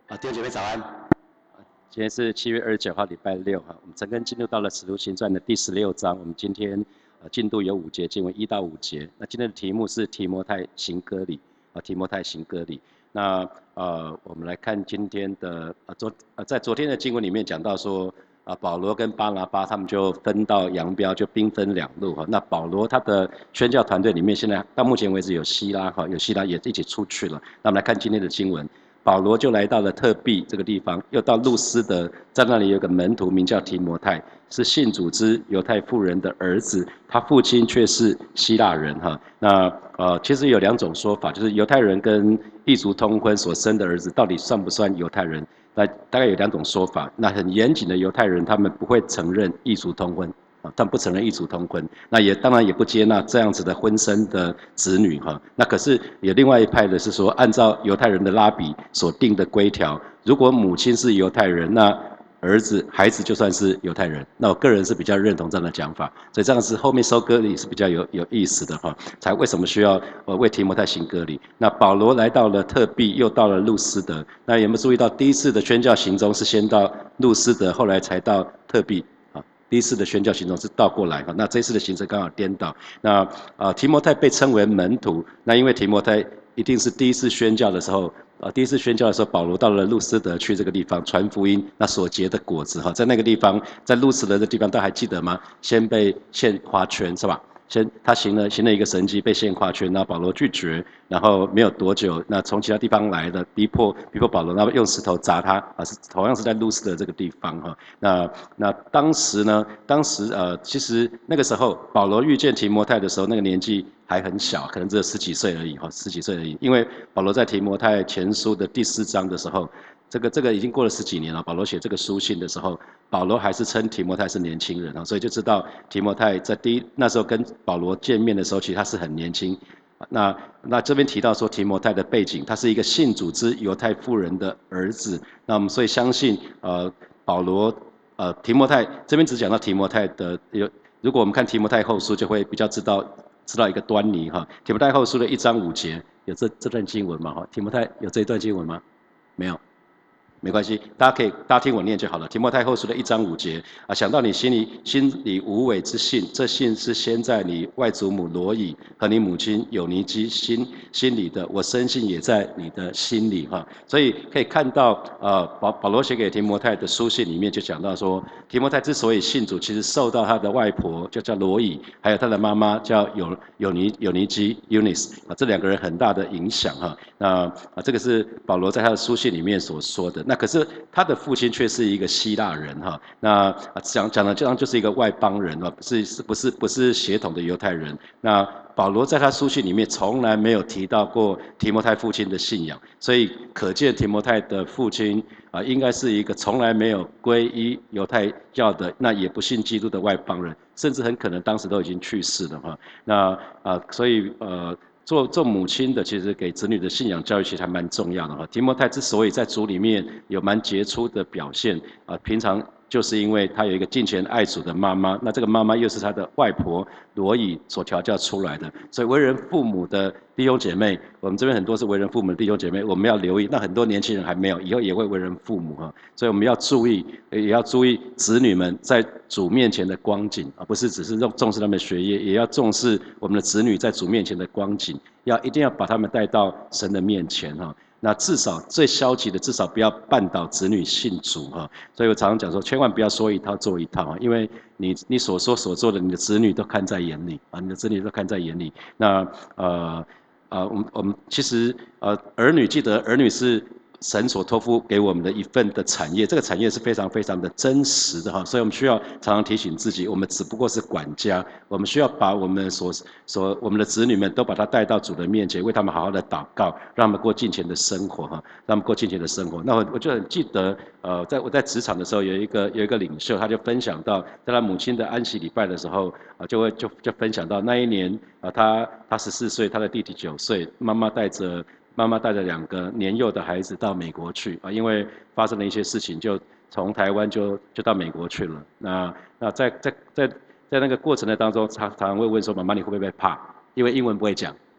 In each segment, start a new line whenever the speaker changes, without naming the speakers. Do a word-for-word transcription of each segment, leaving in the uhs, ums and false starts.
啊，弟兄姐妹早安！今天是七月二十九号，礼拜六哈。我们陈根进入到了《使徒行传》的第十六章。我们今天呃进度有五节经文，一到五节。那今天的题目是提摩太行割礼啊，提摩太行割礼。那呃，我们来看今天的呃昨呃在昨天的经文里面讲到说啊，保罗跟巴拿巴他们就分道扬镳，就兵分两路哈。那保罗他的宣教团队里面，现在到目前为止有希拉哈，有希拉也一起出去了。那我们来看今天的经文。保罗就来到了特庇这个地方，又到路斯德，在那里有个门徒名叫提摩太，是信主之犹太妇人的儿子，他父亲却是希腊人哈。那呃，其实有两种说法，就是犹太人跟异族通婚所生的儿子，到底算不算犹太人？那大概有两种说法。那很严谨的犹太人，他们不会承认异族通婚。啊，但不承认异族通婚，那也当然也不接纳这样子的婚生的子女哈。那可是有另外一派的是说，按照犹太人的拉比所定的规条，如果母亲是犹太人，那儿子孩子就算是犹太人。那我个人是比较认同这样的讲法，所以这样子后面收割礼是比较有有意思的哈。才为什么需要呃为提摩太行割礼？那保罗来到了特庇，又到了路斯德。那有没有注意到第一次的宣教行踪是先到路斯德，后来才到特庇？第一次的宣教行动是倒过来哈，那这次的行程刚好颠倒。那呃，提摩太被称为门徒，那因为提摩太一定是第一次宣教的时候，呃，第一次宣教的时候，保罗到了路斯德去这个地方传福音，那所结的果子哈，在那个地方，在路斯德的地方，大家还记得吗？先被献花圈是吧？先他行了行了一个神迹，被献花圈，然后保罗拒绝，然后没有多久，那从其他地方来的逼迫逼迫保罗，然后用石头砸他啊，是同样是在路斯德这个地方哈。那那当时呢，当时呃，其实那个时候保罗遇见提摩太的时候，那个年纪还很小，可能只有十几岁而已哈，十几岁而已。因为保罗在提摩太前书的第四章的时候，这个这个已经过了十几年了。保罗写这个书信的时候，保罗还是称提摩太是年轻人啊，所以就知道提摩太在第一那时候跟保罗见面的时候，其实他是很年轻。那那这边提到说提摩太的背景，他是一个信主之犹太妇人的儿子。那我们所以相信呃保罗呃提摩太这边只讲到提摩太的有，如果我们看提摩太后书，就会比较知道知道一个端倪哈。提摩太后书的一章五节有这这段经文吗？哈，提摩太有这一段经文吗？没有。没关系，大家可以大家听我念就好了。提摩太后书的一章五节啊，想到你心里心里无伪之信，这信是先在你外祖母罗以和你母亲有尼基心心里的，我深信也在你的心里哈。所以可以看到，呃，保保罗写给提摩太的书信里面就讲到说，提摩太之所以信主，其实受到他的外婆就叫罗以，还有他的妈妈叫有有尼有尼基 Eunice 啊，这两个人很大的影响哈。那啊，这个是保罗在他的书信里面所说的。那可是他的父亲却是一个希腊人哈，那讲讲的这样就是一个外邦人啊，不是是不是不是血统的犹太人。那保罗在他书信里面从来没有提到过提摩太父亲的信仰，所以可见提摩太的父亲啊，应该是一个从来没有皈依犹太教的，那也不信基督的外邦人，甚至很可能当时都已经去世了哈。那啊，所以呃。做做母亲的，其实给子女的信仰教育其实还蛮重要的哈。提摩太之所以在主里面有蛮杰出的表现啊，平常就是因为他有一个敬虔爱主的妈妈，那这个妈妈又是他的外婆罗以所调教出来的，所以为人父母的弟兄姐妹，我们这边很多是为人父母的弟兄姐妹，我们要留意。那很多年轻人还没有，以后也会为人父母哈，所以我们要注意，也要注意子女们在主面前的光景，而不是只是重重视他们的学业，也要重视我们的子女在主面前的光景。要一定要把他们带到神的面前哈。那至少最消极的，至少不要绊倒子女信主哈。所以我常常讲说，千万不要说一套做一套啊，因为你你所说所做的，你的子女都看在眼里啊，你的子女都看在眼里。那呃呃，我们我们其实呃儿女记得儿女是神所托付给我们的一份的产业，这个产业是非常非常的真实的哈，所以我们需要常常提醒自己，我们只不过是管家，我们需要把我们所所我们的子女们都把他带到主的面前，为他们好好的祷告，让他们过敬虔的生活哈，让他们过敬虔的生活。那我我就很记得，呃，在我在职场的时候，有一个有一个领袖，他就分享到，在他母亲的安息礼拜的时候，啊，就会就就分享到那一年，啊，他他十四岁，他的弟弟九岁，妈妈带着。妈妈带着两个年幼的孩子到美国去啊，因为发生了一些事情，就从台湾就就到美国去了。那那在在在在那个过程的当中，常常会问说：“妈妈，你会不会怕？因为英文不会讲啊。”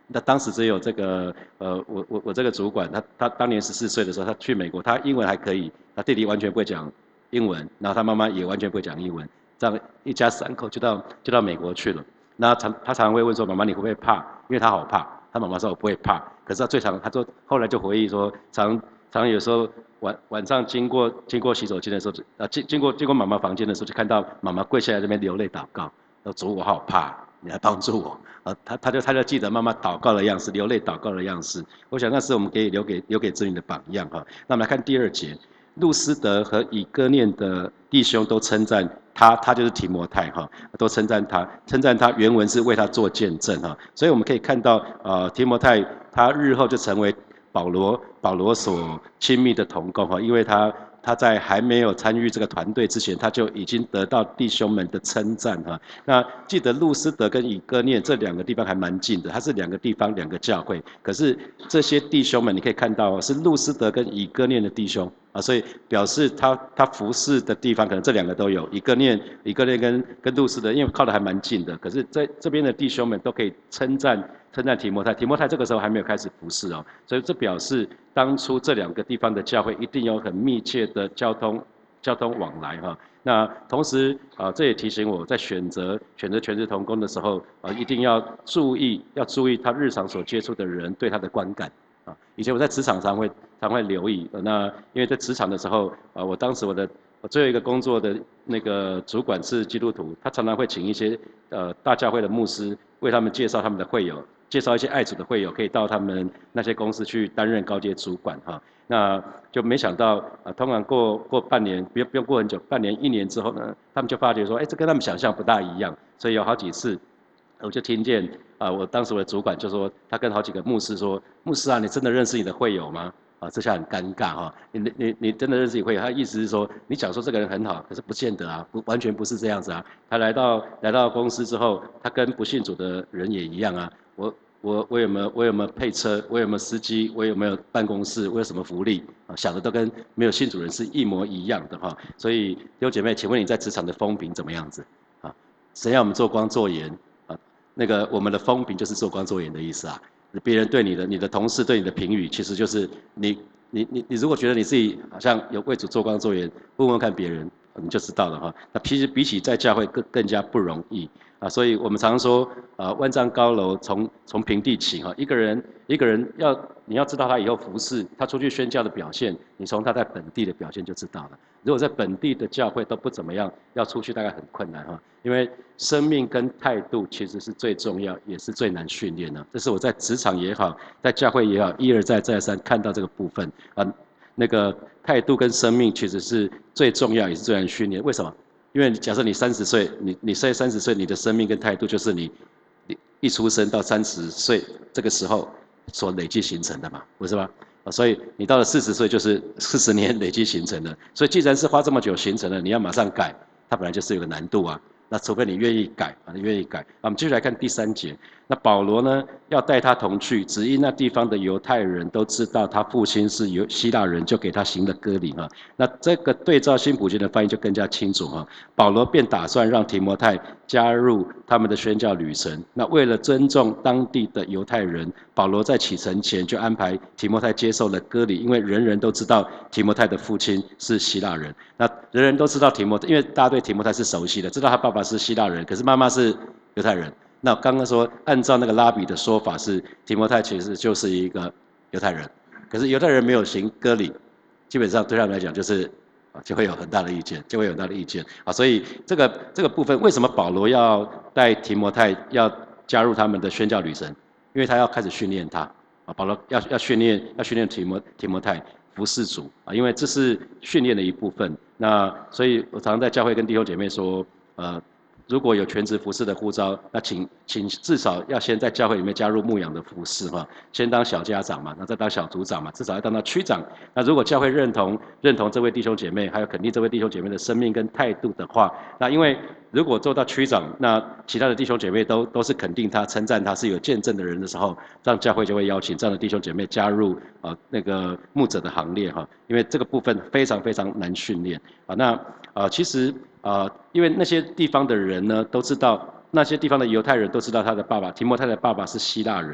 那当时只有这个呃，我我我这个主管，他他当年十四岁的时候，他去美国，他英文还可以，他弟弟完全不会讲英文，然后他妈妈也完全不会讲英文，这样一家三口就到就到美国去了。那常他常常会问说：“妈妈你会不会怕？”因为他好怕。他妈妈说：“我不会怕。”可是他最常他说后来就回忆说，常常有时候晚晚上经过经过洗手间的时候，呃经经过经过妈妈房间的时候，就看到妈妈跪下来这边流泪祷告，说：“主我好怕，你来帮助我。”啊，他他就他就记得妈妈祷告的样子，流泪祷告的样子。我想那是我们可以留给留给子女的榜样哈。那我们来看第二节，路斯德和以哥念的弟兄都称赞他，他就是提摩太哈，都称赞他，称赞他原文是为他做见证哈。所以我们可以看到，呃，提摩太他日后就成为保罗保罗所亲密的同工哈，因为他。他在还没有参与这个团队之前，他就已经得到弟兄们的称赞哈。那记得路斯德跟以哥念这两个地方还蛮近的，它是两个地方两个教会。可是这些弟兄们，你可以看到是路斯德跟以哥念的弟兄啊，所以表示他他服侍的地方可能这两个都有。以哥念以哥念跟跟路斯德，因为靠得还蛮近的，可是在这边的弟兄们都可以称赞。称赞提摩太，提摩太这个时候还没有开始服侍哦，所以这表示当初这两个地方的教会一定有很密切的交通交通往来哈。那同时啊，这也提醒我在选择选择全职同工的时候啊，一定要注意要注意他日常所接触的人对他的观感啊。以前我在职场上会常会留意，那因为在职场的时候啊，我当时我的我最后一个工作的那个主管是基督徒，他常常会请一些呃大教会的牧师为他们介绍他们的会友。介绍一些爱主的会友，可以到他们那些公司去担任高阶主管哈。那就没想到啊，通常过过半年，不用不用过很久，半年一年之后呢，他们就发觉说，哎，这跟他们想象不大一样。所以有好几次，我就听见啊，我当时我的主管就说，他跟好几个牧师说，牧师啊，你真的认识你的会友吗？啊，这下很尴尬哈。你你你真的认识你会友？他意思是说，你讲说这个人很好，可是不见得啊，不完全不是这样子啊。他来到来到公司之后，他跟不信主的人也一样啊。我我我有没有我有没有配车？我有没有司机？我有没有办公室？我有什么福利？啊，想的都跟没有信主人是一模一样的哈。所以弟兄姐妹，请问你在职场的风评怎么样子？啊，谁要我们做光做盐？啊，那个我们的风评就是做光做盐的意思啊。别人对你的、你的同事对你的评语，其实就是你你你你如果觉得你自己好像有为主做光做盐，问问看别人，你就知道了哈。那其实比起在教会更更加不容易。啊，所以我们常说，啊，万丈高楼从从平地起哈。一个人一个人要你要知道他以后服侍，他出去宣教的表现，你从他在本地的表现就知道了。如果在本地的教会都不怎么样，要出去大概很困难哈。因为生命跟态度其实是最重要，也是最难训练的。这是我在职场也好，在教会也好，一而再再三看到这个部分啊。那个态度跟生命其实是最重要，也是最难训练。为什么？因为假设你三十岁，你你在三十岁，你的生命跟态度就是你，你一出生到三十岁这个时候所累积形成的嘛，不是吧？啊，所以你到了四十岁就是四十年累积形成的。所以既然是花这么久形成了，你要马上改，它本来就是有个难度啊。那除非你愿意改啊，你愿意改。那我们继续来看第三节。那保罗呢，要带他同去，只因那地方的犹太人都知道他父亲是犹希腊人，就给他行了割礼哈。那这个对照新普京的翻译就更加清楚哈。保罗便打算让提摩太加入他们的宣教旅程。那为了尊重当地的犹太人，保罗在启程前就安排提摩太接受了割礼，因为人人都知道提摩太的父亲是希腊人。那人人都知道提摩太，因为大家对提摩太是熟悉的，知道他爸爸是希腊人，可是妈妈是犹太人。那刚刚说，按照那个拉比的说法是，提摩太其实就是一个犹太人，可是犹太人没有行割礼，基本上对他们来讲就是啊，就会有很大的意见，就会有很大的意见啊。所以这个这个部分，为什么保罗要带提摩太要加入他们的宣教旅程？因为他要开始训练他啊，保罗要要训练要训练提摩提摩太服侍主啊，因为这是训练的一部分。那所以我常常在教会跟弟兄姐妹说，呃。如果有全职服侍的呼召，那请请至少要先在教会里面加入牧养的服侍哈，先当小家长嘛，那再当小组长嘛，至少要当到区长。那如果教会认同认同这位弟兄姐妹，还有肯定这位弟兄姐妹的生命跟态度的话，那因为如果做到区长，那其他的弟兄姐妹都都是肯定他、称赞他是有见证的人的时候，让教会就会邀请这样的弟兄姐妹加入啊、呃、那个牧者的行列哈，因为这个部分非常非常难训练啊。那啊、呃、其实。啊，因为那些地方的人呢，都知道那些地方的犹太人都知道他的爸爸提摩太的爸爸是希腊人，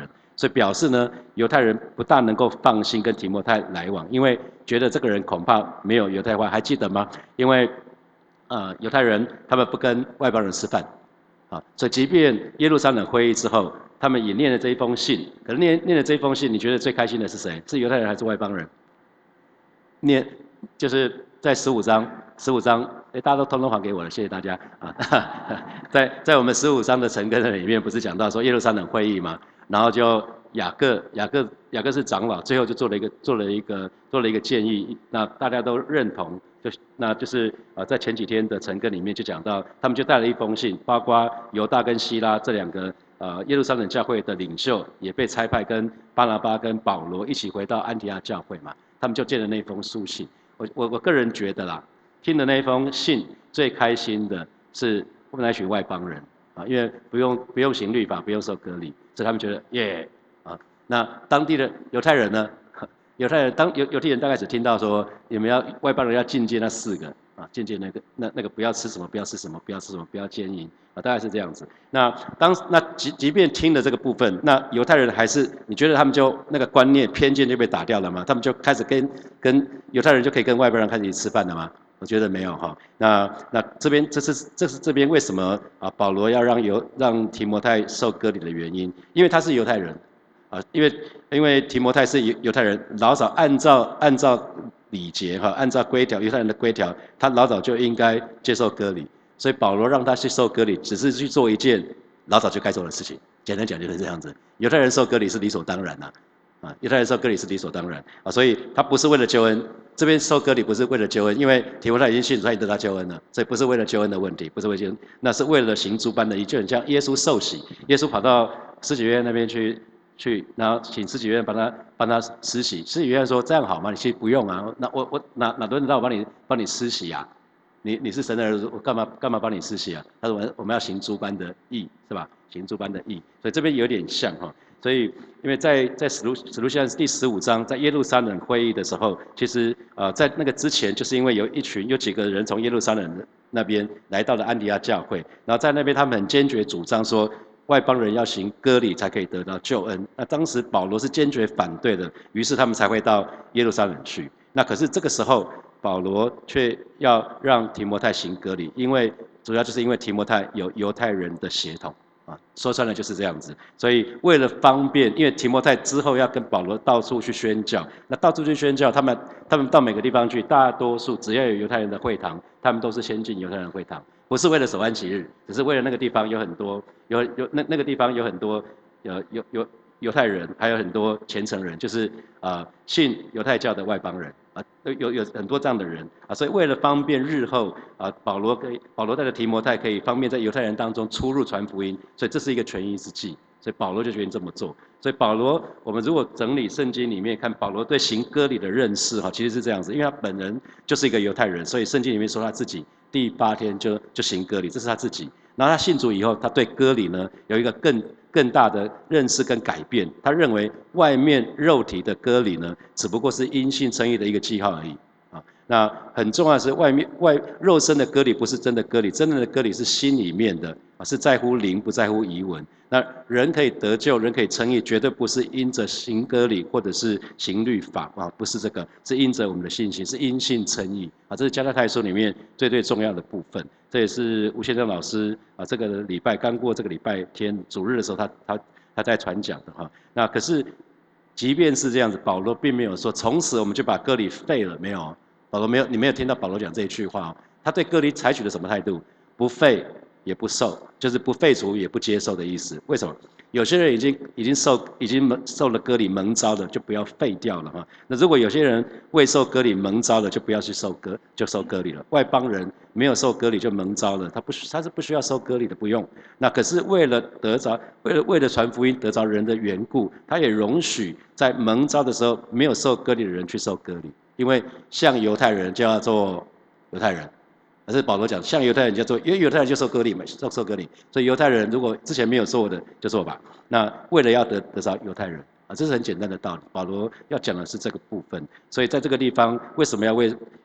所以表示呢，犹太人不大能够放心跟提摩太来往，因为觉得这个人恐怕没有犹太话，还记得吗？因为呃犹太人他们不跟外邦人吃饭，啊，所以即便耶路撒冷会议之后，他们也念了这一封信，可是念念了这一封信，你觉得最开心的是谁？是犹太人还是外邦人？念就是在十五章，十五章，哎，大家都通通还给我了，谢谢大家啊。在在我们十五章的陈根里面，不是讲到说耶路撒冷会议吗？然后就雅各，雅各，雅各是长老，最后就做了一个做了一个做了一个建议，那大家都认同，就那就是呃在前几天的陈根里面就讲到，他们就带了一封信，包括犹大跟希拉这两个呃耶路撒冷教会的领袖也被差派跟巴拿巴跟保罗一起回到安提阿教会嘛。他们就借了那封书信，我我我个人觉得啦，听的那封信最开心的是我们那群外邦人啊，因为不用不用行律法，不用受割礼，所以他们觉得耶啊。那当地的犹太人呢？犹太人当犹犹太人大概只听到说你们要外邦人要禁戒那四个啊，禁戒那个那那个不要吃什么，不要吃什么，不要吃什么，不要奸淫啊，大概是这样子。那当那即即便听了这个部分，那犹太人还是你觉得他们就那个观念偏见就被打掉了吗？他们就开始跟跟犹太人就可以跟外邦人开始吃饭了吗？我觉得没有哈。那那这边这是这是这边为什么啊？保罗要让犹让提摩太受割礼的原因，因为他是犹太人。啊，因为因为提摩太是犹犹太人，老早按照按照礼节哈，按照规条犹太人的规条，他老早就应该接受割礼，所以保罗让他去受割礼，只是去做一件老早就该做的事情。简单讲就是这样子，犹太人受割礼是理所当然的，啊，犹太人受割礼是理所当然啊，所以他不是为了救恩，这边受割礼不是为了救恩，因为提摩太已经信主，他已经得到救恩了，所以不是为了救恩的问题，不是为了救恩，那是为了行诸般的义，就很像耶稣受洗，耶稣跑到施洗约翰那边去。去，然后请施洗约翰帮他帮他施洗。施洗约翰说：“这样好吗？你其实不用啊，那我我哪哪轮得到我帮你帮你施洗啊？你你是神的儿子，我干嘛干嘛帮你施洗啊？”他说：“我们我们要行诸般的义，是吧？行诸般的义。”所以这边有点像哈。所以因为在在使徒使徒行传第十五章，在耶路撒冷会议的时候，其实呃在那个之前，就是因为有一群有几个人从耶路撒冷那边来到了安提阿教会，然后在那边他们很坚决主张说。外邦人要行割礼才可以得到救恩。那当时保罗是坚决反对的，于是他们才会到耶路撒冷去。那可是这个时候，保罗却要让提摩太行割礼，因为主要就是因为提摩太有犹太人的血统啊，说穿了就是这样子。所以为了方便，因为提摩太之后要跟保罗到处去宣教，那到处去宣教，他们他们到每个地方去，大多数只要有犹太人的会堂，他们都是先进犹太人会堂。不是为了守安息日，只是为了那个地方有很多有有那那个地方有很多有有有犹太人，还有很多虔诚人，就是呃信犹太教的外邦人啊，有有很多这样的人啊，所以为了方便日后啊，保罗可以保罗带着提摩太可以方便在犹太人当中出入传福音，所以这是一个权宜之计，所以保罗就决定这么做。所以保罗，我们如果整理圣经里面看保罗对行割礼的认识哈，其实是这样子，因为他本人就是一个犹太人，所以圣经里面说他自己。第八天就就行割礼，这是他自己。然后他信主以后，他对割礼呢有一个更更大的认识跟改变。他认为外面肉体的割礼呢，只不过是因信称义的一个记号而已。啊，那很重要的是外面外肉身的割礼不是真的割礼，真正的割礼是心里面的啊，是在乎灵，不在乎遗文。那人可以得救，人可以称义，绝对不是因着行割礼或者是行律法啊，不是这个，是因着我们的信心，是因信称义啊，这是加拉太书里面最最重要的部分。这也是吴先生老师啊，这个礼拜刚过这个礼拜天主日的时候，他他他在传讲的哈。那可是，即便是这样子，保罗并没有说从此我们就把割礼废了，没有。保罗没有，你没有听到保罗讲这一句话哦。他对割礼采取了什么态度？不废也不受，就是不废除也不接受的意思。为什么？有些人已经已经受已经蒙受了割礼蒙召的，就不要废掉了哈。那如果有些人未受割礼蒙召的，就不要去受割就受割礼了。外邦人没有受割礼就蒙召了，他不他是不需要受割礼的，不用。那可是为了得着，为了为了传福音得着人的缘故，他也容许在蒙召的时候没有受割礼的人去受割礼，因为像犹太人就要做犹太人。而是保罗讲，像犹太人叫做，因为犹太人就受割礼嘛，受受割礼，所以犹太人如果之前没有做的就做吧。那为了要得得着犹太人啊，这是很简单的道理。保罗要讲的是这个部分，所以在这个地方为什么要为犹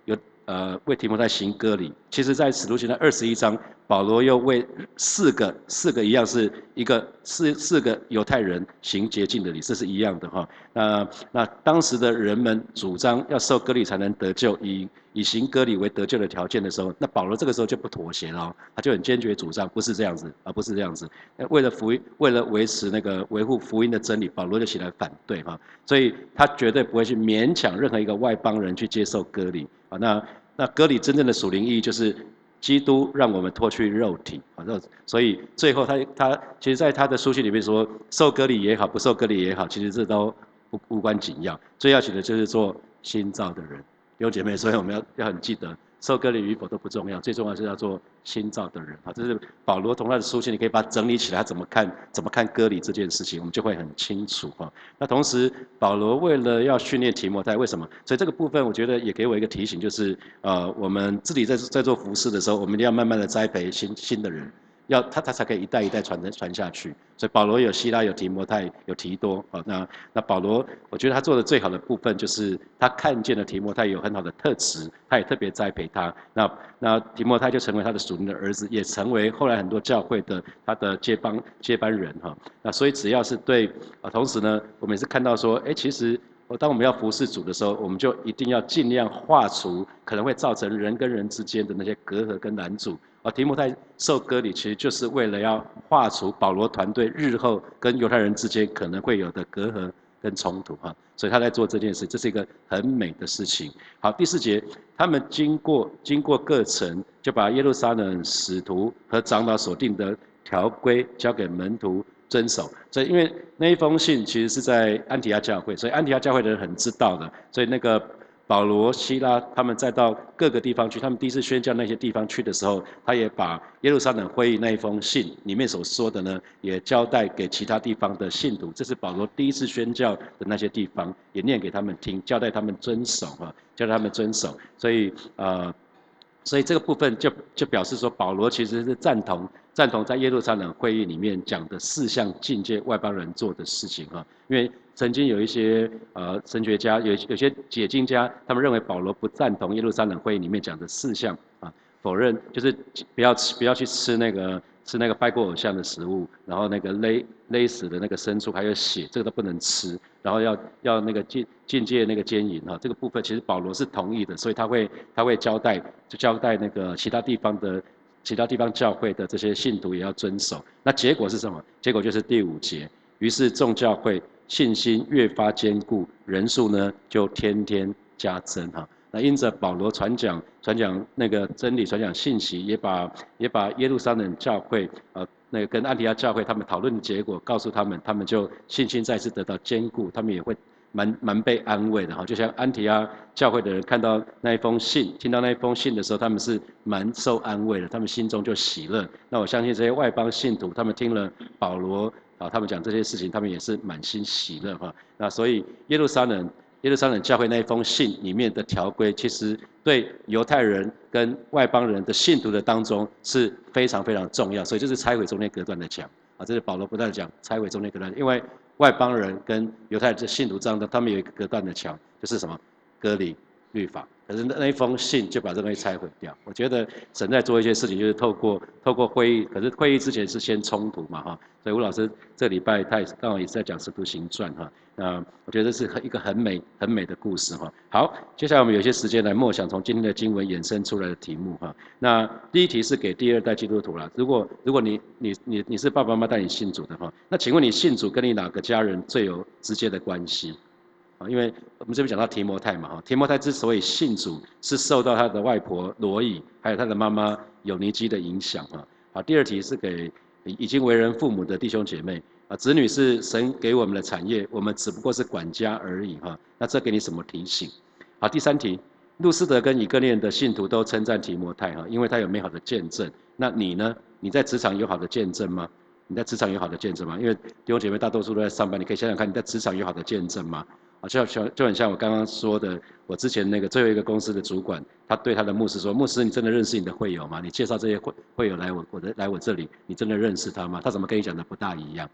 呃为提摩太行割礼。其实，在使徒行传二十一章，保罗又为四个四个一样是一个四四个犹太人行洁净的礼，这是一样的哈。那那当时的人们主张要受割礼才能得救，以以行割礼为得救的条件的时候，那保罗这个时候就不妥协了、哦，他就很坚决主张不是这样子，而不是这样子。为了福音，为了维持那个维护福音的真理，保罗就起来反对哈，所以他绝对不会去勉强任何一个外邦人去接受割礼啊。那那割礼真正的属灵意义就是基督让我们脱去肉体啊，所以最后他他其实在他的书信里面说，受割礼也好，不受割礼也好，其实这都无关紧要，最要紧的就是做新造的人。弟兄姐妹，所以我们要要很记得，受割礼与否都不重要，最重要是要做新造的人啊。这是保罗同他的书信，你可以把它整理起来，他怎么看怎么看割礼这件事情，我们就会很清楚哈。那同时，保罗为了要训练提摩太，为什么？所以这个部分我觉得也给我一个提醒，就是呃，我们自己在在做服事的时候，我们一定要慢慢的栽培新新的人。要他他才可以一代一代传传下去，所以保罗有希拉，有提摩太，有提多啊。那那保罗，我觉得他做的最好的部分就是他看见了提摩太有很好的特质，他也特别栽培他。那那提摩太就成为他的属灵的儿子，也成为后来很多教会的他的接帮接班人哈。那所以只要是对啊，同时呢，我们也是看到说，哎，其实。当我们要服侍主的时候，我们就一定要尽量化除可能会造成人跟人之间的那些隔阂跟拦阻。而提摩太受割礼，其实就是为了要化除保罗团队日后跟犹太人之间可能会有的隔阂跟冲突哈，所以他在做这件事，这是一个很美的事情。好，第四节，他们经过经过各城，就把耶路撒冷使徒和长老所定的条规交给门徒。遵守，所以因为那一封信其实是在安提阿教会，所以安提阿教会的人很知道的，所以那个保罗、希拉他们再到各个地方去，他们第一次宣教那些地方去的时候，他也把耶路撒冷会议那一封信里面所说的呢，也交代给其他地方的信徒，这是保罗第一次宣教的那些地方，也念给他们听，交代他们遵守啊，交代他们遵守，所以呃。所以这个部分就就表示说，保罗其实是赞同赞同在耶路撒冷会议里面讲的四项境界外邦人做的事情哈，因为曾经有一些呃神学家有有些解经家，他们认为保罗不赞同耶路撒冷会议里面讲的四项啊，否认就是不要吃不要去吃那个吃那个拜过偶像的食物，然后那个勒勒死的那个牲畜还有血，这个都不能吃，然后要要那个禁禁戒那个奸淫哈，这个部分其实保罗是同意的，所以他会他会交代就交代那个其他地方的其他地方教会的这些信徒也要遵守。那结果是什么？结果就是第五节，于是众教会信心越发坚固，人数呢就天天加增哈。那因着保罗传讲传讲那个真理，传讲信息，也把也把耶路撒冷教会呃那个跟安提阿教会他们讨论的结果告诉他们，他们就信心再次得到坚固，他们也会蛮蛮被安慰的哈。就像安提阿教会的人看到那一封信，听到那一封信的时候，他们是蛮受安慰的，他们心中就喜乐。那我相信这些外邦信徒，他们听了保罗啊他们讲这些事情，他们也是满心喜乐哈。那所以耶路撒冷。耶路撒冷教会那一封信里面的条规，其实对犹太人跟外邦人的信徒的当中是非常非常重要，所以就是拆毁中间隔断的墙啊，这是保罗不断讲拆毁中间隔断，因为外邦人跟犹太人的信徒这样的，他们有一个隔断的墙，就是什么割礼律法。可是那一封信就把这东西拆毁掉。我觉得神在做一些事情，就是透过透过会议，可是会议之前是先冲突嘛哈，所以吴老师这礼拜他也刚好也是在讲《使徒行传》哈，那我觉得是一个很美很美的故事哈。好，接下来我们有些时间来默想从今天的经文衍生出来的题目哈。那第一题是给第二代基督徒啦，如果如果你你你你是爸爸妈妈带你信主的哈，那请问你信主跟你哪个家人最有直接的关系？啊，因为我们这边讲到提摩太嘛，哈，提摩太之所以信主，是受到他的外婆罗以，还有他的妈妈有尼基的影响，哈。好，第二题是给已经为人父母的弟兄姐妹，啊，子女是神给我们的产业，我们只不过是管家而已，哈。那这给你什么提醒？好，第三题，路斯德跟以哥念的信徒都称赞提摩太，哈，因为他有美好的见证。那你呢？你在职场有好的见证吗？你在职场有好的见证吗？因为弟兄姐妹大多数都在上班，你可以想想看，你在职场有好的见证吗？啊，就像就很像我刚刚说的，我之前那个最后一个公司的主管，他对他的牧师说：“牧师，你真的认识你的会友吗？你介绍这些会会友来我我的来我这里，你真的认识他吗？他怎么跟你讲的不大一样？”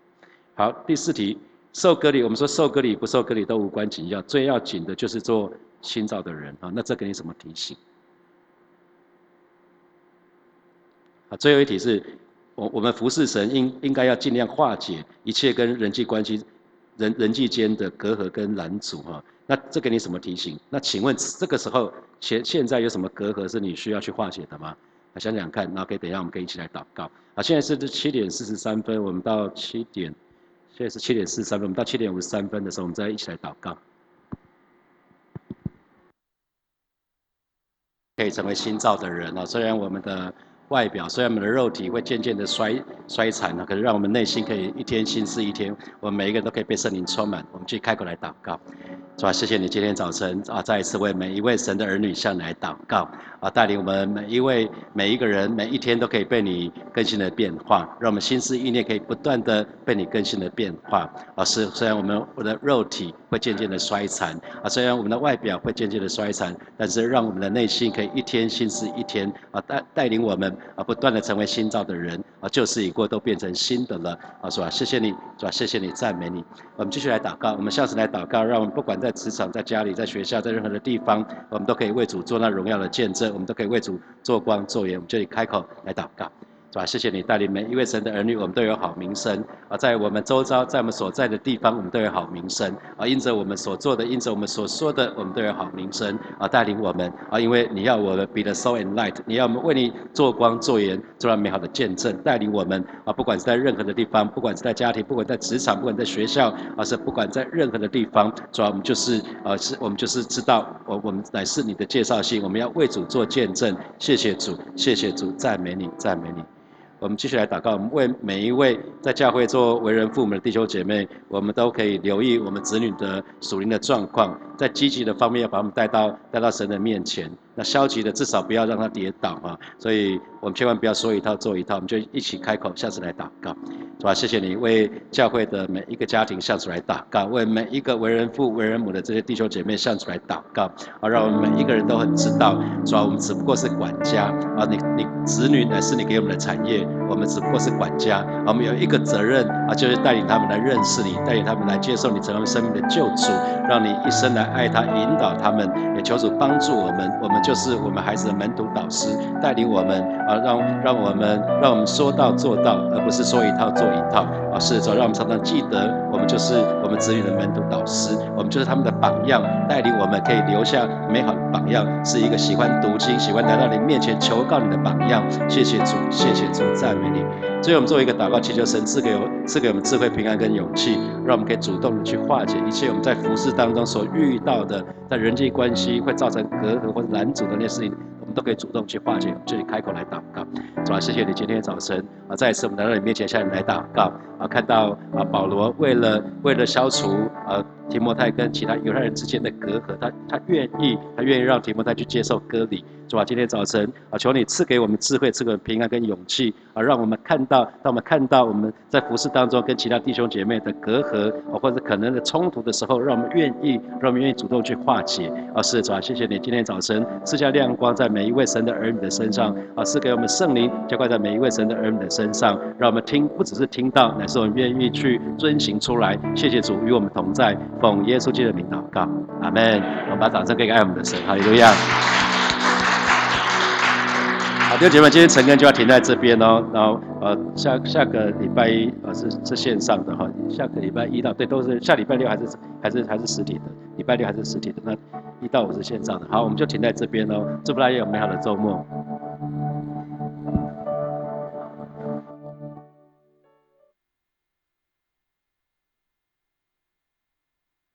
好，第四题，受割礼，我们说受割礼不受割礼都无关紧要，最要紧的就是做新造的人啊。那这给你什么提醒？啊，最后一题是，我我们服侍神应应该要尽量化解一切跟人际关系、人人际间的隔阂跟拦阻哈。那这给你什么提醒？那请问这个时候现现在有什么隔阂是你需要去化解的吗？啊，想想看，那可以等一下我们可以一起来祷告。啊，现在是七点四十三分，我们到七点，现在是七点四十三分，我们到七点五十三分的时候，我们再一起来祷告。可以成为新造的人啊，虽然我们的外表，虽然我们的肉体会渐渐的衰衰残了，可是让我们内心可以一天新似一天，我们每一个人都可以被圣灵充满。我们去开口来祷告，主啊，谢谢你今天早晨啊，再一次为每一位神的儿女向你来祷告啊，带领我们每一位每一个人每一天都可以被你更新的变化，让我们心思意念可以不断的被你更新的变化啊。是虽然我们我的肉体会渐渐的衰残啊，虽然我们的外表会渐渐的衰残，但是让我们的内心可以一天新似一天啊，带带领我们啊，不断的成为新造的人啊，旧事已过，都变成新的了啊，是吧？谢谢你，是吧？谢谢你，赞美你。我们继续来祷告，我们向神来祷告，让我们不管在职场、在家里、在学校、在任何的地方，我们都可以为主做那荣耀的见证，我们都可以为主做光做盐。我们这里开口来祷告。是吧？谢谢你带领每一位神的儿女，我们都有好名声啊，在我们周遭，在我们所在的地方，我们都有好名声啊。因着我们所做的，因着我们所说的，我们都有好名声啊。带领我们啊，因为你要我们 be the salt and light， 你要我们为你做光做盐，做那美好的见证，带领我们啊，不管是在任何的地方，不管是在家庭，不管在职场，不管在学校，啊，是不管在任何的地方，主要我们就是呃，是我们就是知道，我我们乃是你的介绍信，我们要为主做见证。谢谢主，谢谢主，赞美你，赞美你。我们继续来祷告，我们为每一位在教会做为人父母的弟兄姐妹，我们都可以留意我们子女的属灵的状况，在积极的方面要把他们带到带到神的面前，那消极的至少不要让他跌倒啊！所以我们千万不要说一套做一套，我们就一起开口，下次来祷告，是吧？谢谢你为教会的每一个家庭向主来祷告，为每一个为人父为人母的这些弟兄姐妹向主来祷告，啊，让我们每一个人都很知道，是吧？我们只不过是管家啊，你你子女乃是你给我们的产业。我们只不过是管家，我们有一个责任啊，就是带领他们来认识你，带领他们来接受你成为生命的救主，让你一生来爱他，引导他们，也求主帮助我们。我们就是我们孩子的门徒导师，带领我们啊，让让我们让我们说到做到，而不是说一套做一套啊。是主，让我们常常记得，我们就是我们子女的门徒导师，我们就是他们的榜样，带领我们可以留下美好的榜样，是一个喜欢读经、喜欢来到你面前求告你的榜样。谢谢主，谢谢主，赞美你。所以我们做一个祷告，祈求神赐给我赐给我们智慧、平安跟勇气，让我们可以主动的去化解一切我们在服事当中所遇到的，在人际关系会造成隔阂或者拦阻的那些事情，我们都可以主动去化解。我们这里开口来祷告，主啊，谢谢你今天早晨啊，再一次我们来到你面前向你来祷告啊，看到啊保罗为了为了消除啊提摩太跟其他犹太人之间的隔阂，他他愿意他愿意让提摩太去接受割礼。主啊，今天早晨啊，求你赐给我们智慧，赐给我们平安跟勇气啊，让我们看到，当我们看到我们在服事当中跟其他弟兄姐妹的隔阂啊，或者可能的冲突的时候，让我们愿意，让我们愿意主动去化解啊。是主啊，谢谢你今天早晨赐下亮光在每一位神的儿女的身上啊，赐给我们圣灵浇灌在每一位神的儿女的身上，让我们听不只是听到，乃是我们愿意去遵行出来。谢谢主与我们同在，奉耶稣基督的名祷告，阿门。我们把掌声给爱我们的神，哈利路亚。好，弟兄姐妹，今天晨更就要停在这边哦。然后呃，下下个礼拜一呃是是线上的哈，下个礼拜一到对都是下礼拜六还是还是还是实体的，礼拜六还是实体的，那一到五是线上的。好，我们就停在这边哦。祝福大家有美好的周末。